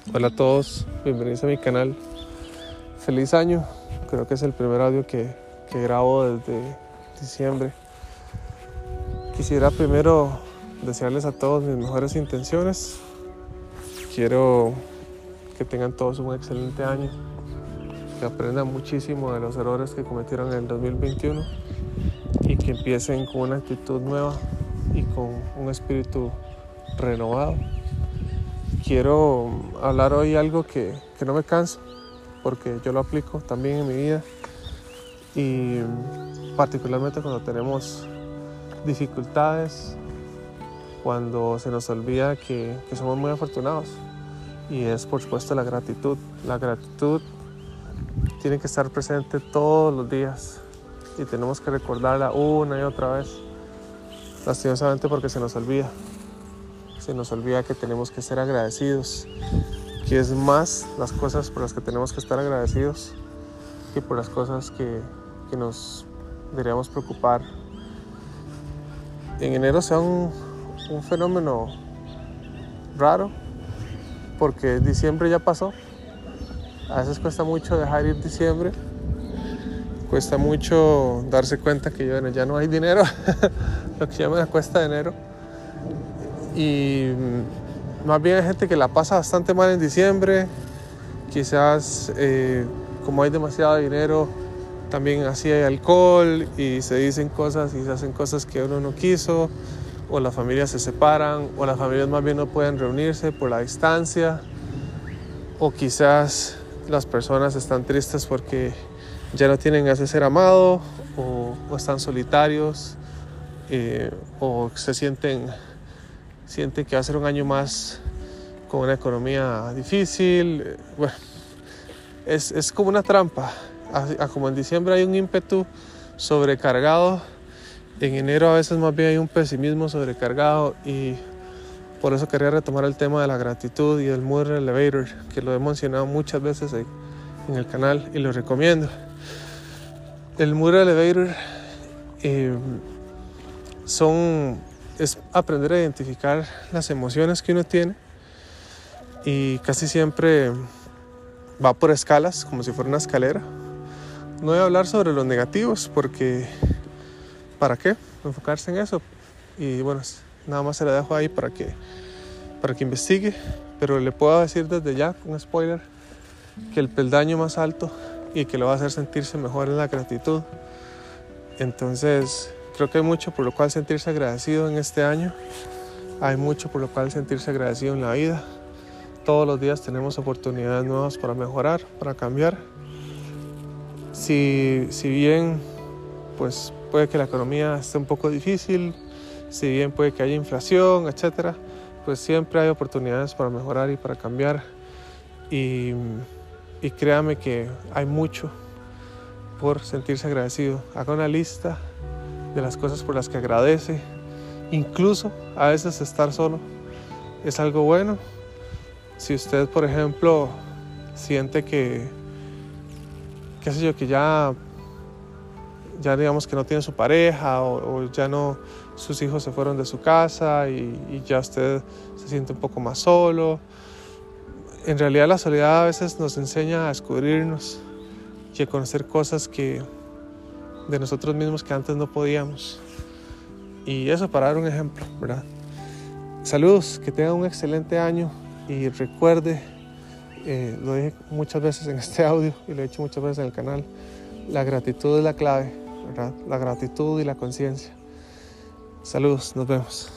Hola a todos, bienvenidos a mi canal. Feliz año, creo que es el primer audio que grabo desde diciembre. Quisiera primero desearles a todos mis mejores intenciones. Quiero que tengan todos un excelente año, que aprendan muchísimo de los errores que cometieron en el 2021 y que empiecen con una actitud nueva y con un espíritu renovado. Quiero hablar hoy algo que no me canso, porque yo lo aplico también en mi vida y particularmente cuando tenemos dificultades, cuando se nos olvida que somos muy afortunados, y es por supuesto la gratitud. La gratitud tiene que estar presente todos los días y tenemos que recordarla una y otra vez, lastimosamente porque se nos olvida que tenemos que ser agradecidos, que es más las cosas por las que tenemos que estar agradecidos que por las cosas que nos deberíamos preocupar. En enero sea un fenómeno raro, porque diciembre ya pasó. A veces cuesta mucho dejar ir diciembre, cuesta mucho darse cuenta que ya no hay dinero, lo que llaman la cuesta de enero. Y más bien hay gente que la pasa bastante mal en diciembre. Quizás como hay demasiado dinero, también así hay alcohol y se dicen cosas y se hacen cosas que uno no quiso, o las familias se separan, o las familias más bien no pueden reunirse por la distancia, o quizás las personas están tristes porque ya no tienen a ese ser amado, o están solitarios, o se sienten que va a ser un año más con una economía difícil. Bueno, es como una trampa. Como en diciembre hay un ímpetu sobrecargado, en enero a veces más bien hay un pesimismo sobrecargado, y por eso quería retomar el tema de la gratitud y del Mood Elevator, que lo he mencionado muchas veces en el canal y lo recomiendo. El Mood Elevator es aprender a identificar las emociones que uno tiene, y casi siempre va por escalas, como si fuera una escalera. No voy a hablar sobre los negativos porque ¿para qué? Enfocarse en eso. Y bueno, nada más se la dejo ahí para que investigue, pero le puedo decir desde ya, un spoiler, que el peldaño más alto y que lo va a hacer sentirse mejor es la gratitud. Entonces creo que hay mucho por lo cual sentirse agradecido en este año. Hay mucho por lo cual sentirse agradecido en la vida. Todos los días tenemos oportunidades nuevas para mejorar, para cambiar. Si bien pues puede que la economía esté un poco difícil, si bien puede que haya inflación, etcétera, pues siempre hay oportunidades para mejorar y para cambiar. Y créame que hay mucho por sentirse agradecido. Haga una lista de las cosas por las que agradece. Incluso a veces estar solo es algo bueno. Si usted, por ejemplo, siente que ya digamos que no tiene su pareja, o ya no, sus hijos se fueron de su casa y ya usted se siente un poco más solo. En realidad la soledad a veces nos enseña a descubrirnos y a conocer cosas de nosotros mismos que antes no podíamos. Y eso para dar un ejemplo, ¿verdad? Saludos, que tengan un excelente año, y recuerde, lo dije muchas veces en este audio y lo he dicho muchas veces en el canal, la gratitud es la clave, ¿verdad? La gratitud y la conciencia. Saludos, nos vemos.